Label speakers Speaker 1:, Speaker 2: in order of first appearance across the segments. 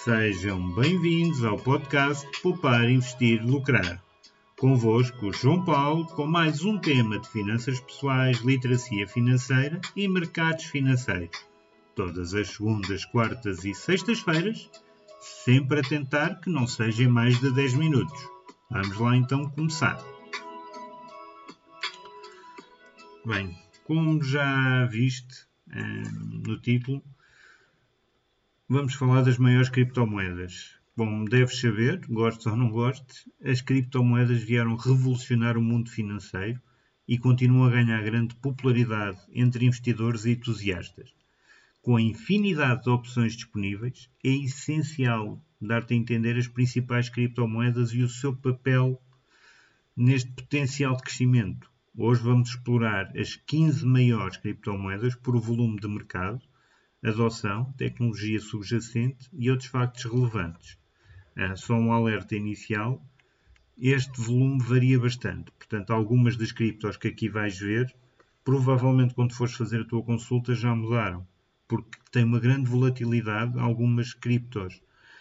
Speaker 1: Sejam bem-vindos ao podcast Poupar, Investir, Lucrar. Convosco, João Paulo, com mais um tema de finanças pessoais, literacia financeira e mercados financeiros. Todas as segundas, quartas e sextas-feiras, sempre a tentar que não sejam mais de 10 minutos. Vamos lá então começar. Bem, como já viste no título, vamos falar das maiores criptomoedas. Bom, deves saber, gostes ou não gostes, as criptomoedas vieram revolucionar o mundo financeiro e continuam a ganhar grande popularidade entre investidores e entusiastas. Com a infinidade de opções disponíveis, é essencial dar-te a entender as principais criptomoedas e o seu papel neste potencial de crescimento. Hoje vamos explorar as 15 maiores criptomoedas por volume de mercado, adoção, tecnologia subjacente e outros factos relevantes. Só um alerta inicial, este volume varia bastante, portanto algumas das criptos que aqui vais ver, provavelmente quando fores fazer a tua consulta já mudaram, porque tem uma grande volatilidade algumas criptos.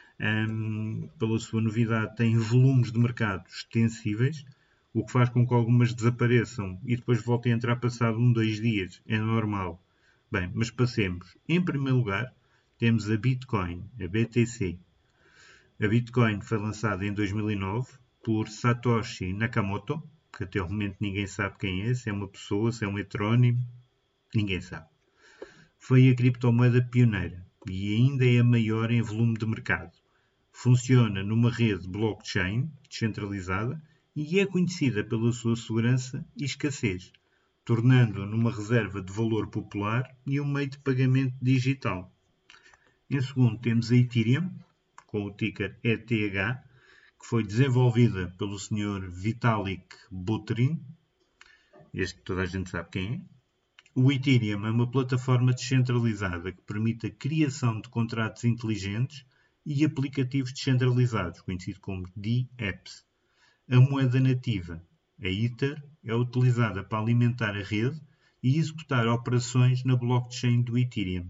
Speaker 1: Pela sua novidade, têm volumes de mercado extensíveis, o que faz com que algumas desapareçam e depois voltem a entrar passado 2 dias, é normal. Bem, mas passemos. Em primeiro lugar, temos a Bitcoin, a BTC. A Bitcoin foi lançada em 2009 por Satoshi Nakamoto, que até o momento ninguém sabe quem é, se é uma pessoa, se é um heterónimo, ninguém sabe. Foi a criptomoeda pioneira e ainda é a maior em volume de mercado. Funciona numa rede blockchain descentralizada e é conhecida pela sua segurança e escassez, tornando-a numa reserva de valor popular e um meio de pagamento digital. Em segundo, temos a Ethereum, com o ticker ETH, que foi desenvolvida pelo Sr. Vitalik Buterin. Este toda a gente sabe quem é. O Ethereum é uma plataforma descentralizada que permite a criação de contratos inteligentes e aplicativos descentralizados, conhecido como DApps. A moeda nativa, a Ether, é utilizada para alimentar a rede e executar operações na blockchain do Ethereum.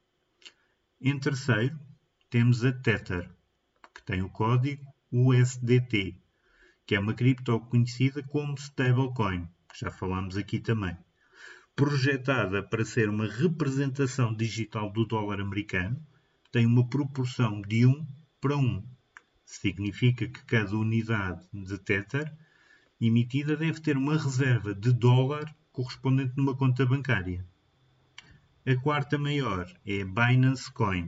Speaker 1: Em terceiro, temos a Tether, que tem o código USDT, que é uma cripto conhecida como stablecoin, que já falámos aqui também. Projetada para ser uma representação digital do dólar americano, tem uma proporção de 1:1. Significa que cada unidade de Tether emitida deve ter uma reserva de dólar correspondente numa conta bancária. A quarta maior é a Binance Coin,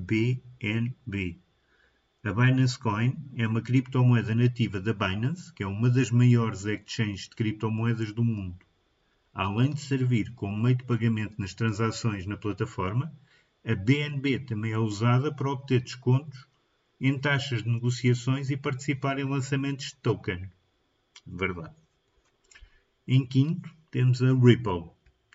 Speaker 1: BNB. A Binance Coin é uma criptomoeda nativa da Binance, que é uma das maiores exchanges de criptomoedas do mundo. Além de servir como meio de pagamento nas transações na plataforma, a BNB também é usada para obter descontos em taxas de negociações e participar em lançamentos de token. Verdade. Em quinto, temos a Ripple,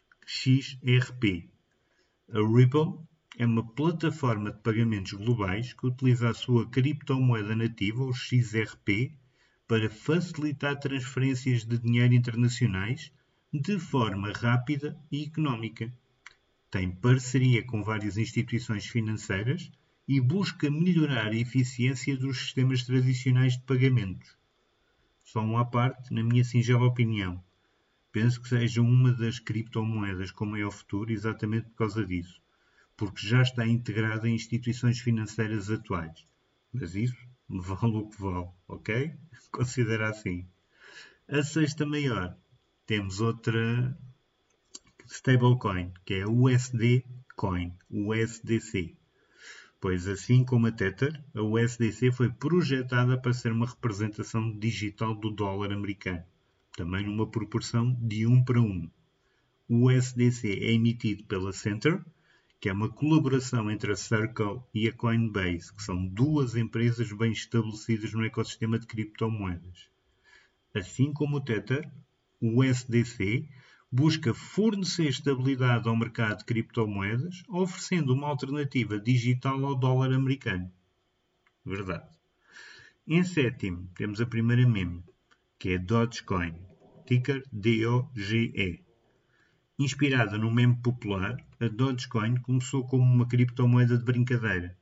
Speaker 1: XRP. A Ripple é uma plataforma de pagamentos globais que utiliza a sua criptomoeda nativa, o XRP, para facilitar transferências de dinheiro internacionais de forma rápida e económica. Tem parceria com várias instituições financeiras e busca melhorar a eficiência dos sistemas tradicionais de pagamentos. Só uma à parte, na minha singela opinião. Penso que seja uma das criptomoedas com maior futuro exatamente por causa disso, porque já está integrada em instituições financeiras atuais. Mas isso vale o que vale, ok? Considera assim. A sexta maior, temos outra stablecoin, que é a USD Coin, USDC. Pois assim como a Tether, a USDC foi projetada para ser uma representação digital do dólar americano, também numa proporção de 1:1. O USDC é emitido pela Centre, que é uma colaboração entre a Circle e a Coinbase, que são duas empresas bem estabelecidas no ecossistema de criptomoedas. Assim como o Tether, o USDC busca fornecer estabilidade ao mercado de criptomoedas, oferecendo uma alternativa digital ao dólar americano. Verdade. Em sétimo, temos a primeira meme, que é Dogecoin, ticker DOGE. Inspirada num meme popular, a Dogecoin começou como uma criptomoeda de brincadeira,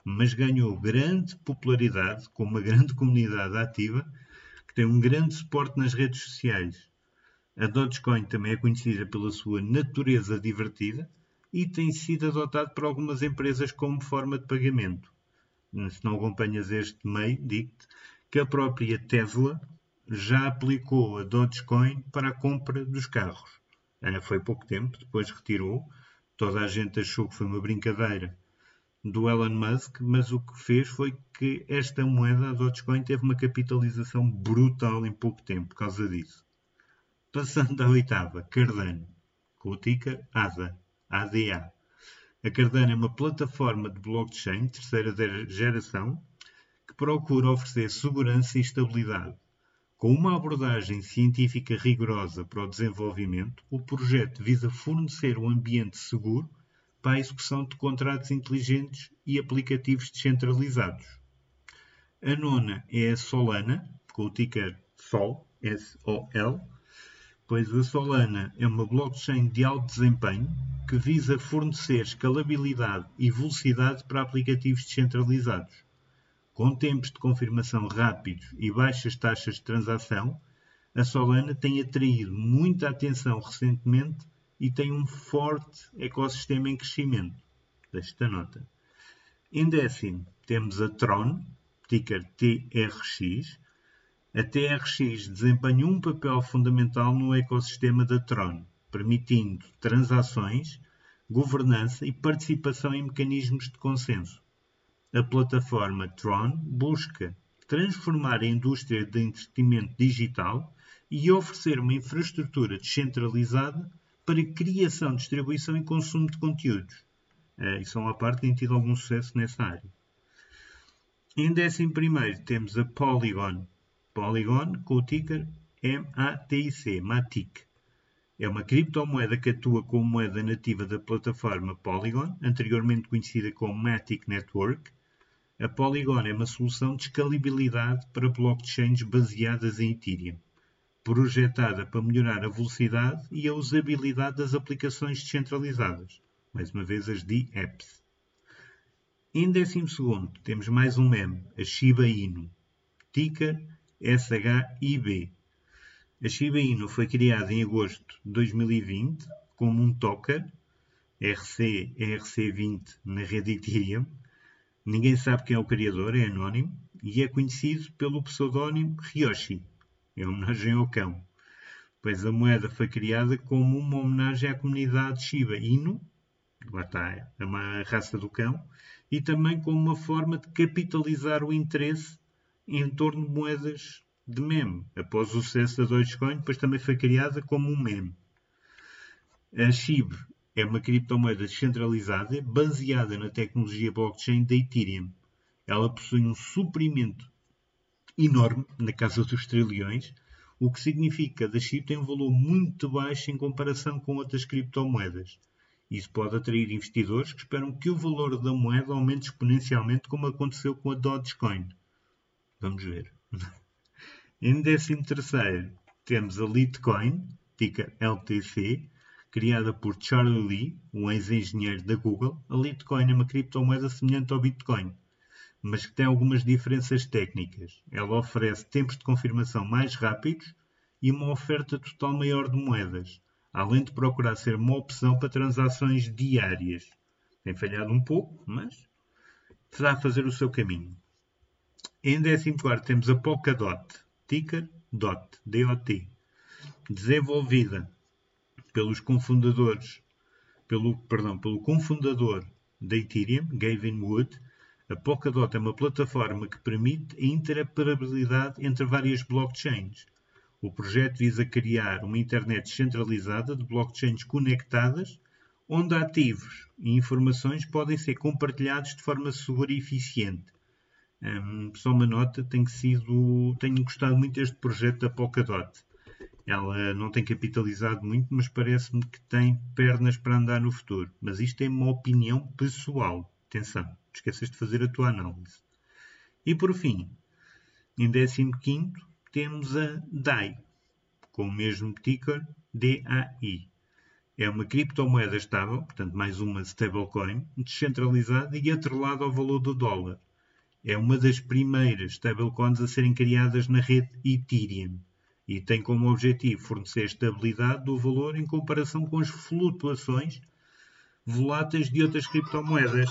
Speaker 1: mas ganhou grande popularidade com uma grande comunidade ativa que tem um grande suporte nas redes sociais. A Dogecoin também é conhecida pela sua natureza divertida e tem sido adotado por algumas empresas como forma de pagamento. Se não acompanhas este meio, digo-te que a própria Tesla já aplicou a Dogecoin para a compra dos carros. Foi pouco tempo, depois retirou. Toda a gente achou que foi uma brincadeira do Elon Musk, mas o que fez foi que esta moeda, a Dogecoin, teve uma capitalização brutal em pouco tempo por causa disso. Passando à oitava, Cardano, com o ticker ADA. ADA. A Cardano é uma plataforma de blockchain terceira geração que procura oferecer segurança e estabilidade. Com uma abordagem científica rigorosa para o desenvolvimento, o projeto visa fornecer um ambiente seguro para a execução de contratos inteligentes e aplicativos descentralizados. A nona é a Solana, com o ticker SOL, S-O-L, pois a Solana é uma blockchain de alto desempenho que visa fornecer escalabilidade e velocidade para aplicativos descentralizados. Com tempos de confirmação rápidos e baixas taxas de transação, a Solana tem atraído muita atenção recentemente e tem um forte ecossistema em crescimento. Deixo-te a nota. Em décimo, temos a Tron, ticker TRX. A TRX desempenha um papel fundamental no ecossistema da Tron, permitindo transações, governança e participação em mecanismos de consenso. A plataforma Tron busca transformar a indústria de entretenimento digital e oferecer uma infraestrutura descentralizada para criação, distribuição e consumo de conteúdos. E só à parte tem tido algum sucesso nessa área. Em 11º temos a Polygon. Polygon com o ticker MATIC, MATIC. É uma criptomoeda que atua como moeda nativa da plataforma Polygon, anteriormente conhecida como Matic Network. A Polygon é uma solução de escalabilidade para blockchains baseadas em Ethereum, projetada para melhorar a velocidade e a usabilidade das aplicações descentralizadas. Mais uma vez as DApps. Em 12º temos mais um meme, a Shiba Inu, ticker SHIB. A Shiba Inu foi criada em agosto de 2020 como um token ERC20 na rede Ethereum. Ninguém sabe quem é o criador, é anónimo, e é conhecido pelo pseudónimo Ryoshi, em homenagem ao cão, pois a moeda foi criada como uma homenagem à comunidade Shiba Inu, lá está, é uma raça do cão, e também como uma forma de capitalizar o interesse em torno de moedas de meme. Após o sucesso da Dogecoin, depois também foi criada como um meme. A SHIB é uma criptomoeda descentralizada baseada na tecnologia blockchain da Ethereum. Ela possui um suprimento enorme, na casa dos trilhões, o que significa que a SHIB tem um valor muito baixo em comparação com outras criptomoedas. Isso pode atrair investidores que esperam que o valor da moeda aumente exponencialmente, como aconteceu com a Dogecoin. Vamos ver. Em 13º temos a Litecoin, ticker LTC, criada por Charlie Lee, um ex-engenheiro da Google. A Litecoin é uma criptomoeda semelhante ao Bitcoin, mas que tem algumas diferenças técnicas. Ela oferece tempos de confirmação mais rápidos e uma oferta total maior de moedas, além de procurar ser uma opção para transações diárias. Tem falhado um pouco, mas está a fazer o seu caminho. Em 14º temos a Polkadot, ticker DOT, DOT, desenvolvida pelo cofundador da Ethereum, Gavin Wood. A Polkadot é uma plataforma que permite a interoperabilidade entre várias blockchains. O projeto visa criar uma internet descentralizada de blockchains conectadas, onde ativos e informações podem ser compartilhados de forma segura e eficiente. Só uma nota, tenho gostado muito deste projeto da Polkadot. Ela não tem capitalizado muito, mas parece-me que tem pernas para andar no futuro. Mas isto é uma opinião pessoal. Atenção, não esqueças de fazer a tua análise. E por fim, em 15º, temos a DAI, com o mesmo ticker DAI. É uma criptomoeda estável, portanto mais uma stablecoin, descentralizada e atrelada ao valor do dólar. É uma das primeiras stablecoins a serem criadas na rede Ethereum e tem como objetivo fornecer estabilidade do valor em comparação com as flutuações voláteis de outras criptomoedas.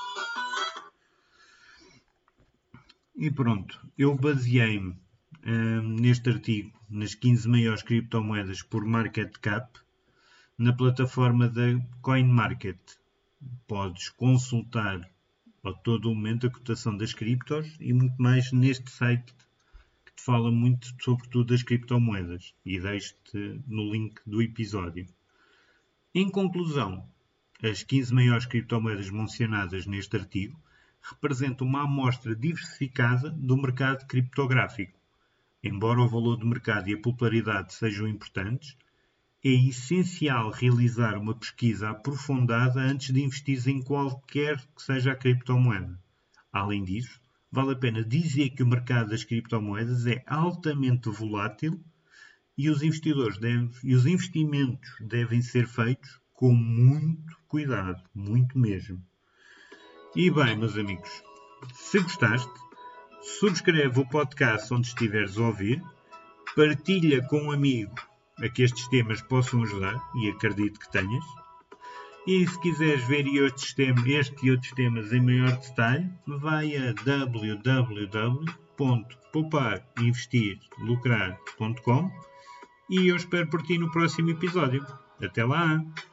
Speaker 1: E pronto, eu baseei-me neste artigo nas 15 maiores criptomoedas por market cap na plataforma da CoinMarket. Podes consultar a todo momento a cotação das criptos e muito mais neste site que te fala muito sobre tudo das criptomoedas e deixo-te no link do episódio. Em conclusão, as 15 maiores criptomoedas mencionadas neste artigo representam uma amostra diversificada do mercado criptográfico. Embora o valor de mercado e a popularidade sejam importantes, é essencial realizar uma pesquisa aprofundada antes de investir em qualquer que seja a criptomoeda. Além disso, vale a pena dizer que o mercado das criptomoedas é altamente volátil e os investimentos devem ser feitos com muito cuidado, muito mesmo. E bem, meus amigos, se gostaste, subscreve o podcast onde estiveres a ouvir, partilha com um amigo a que estes temas possam ajudar, e acredito que tenhas. E se quiseres ver este e outros temas em maior detalhe, vai a www.pouparinvestirlucrar.com e eu espero por ti no próximo episódio. Até lá!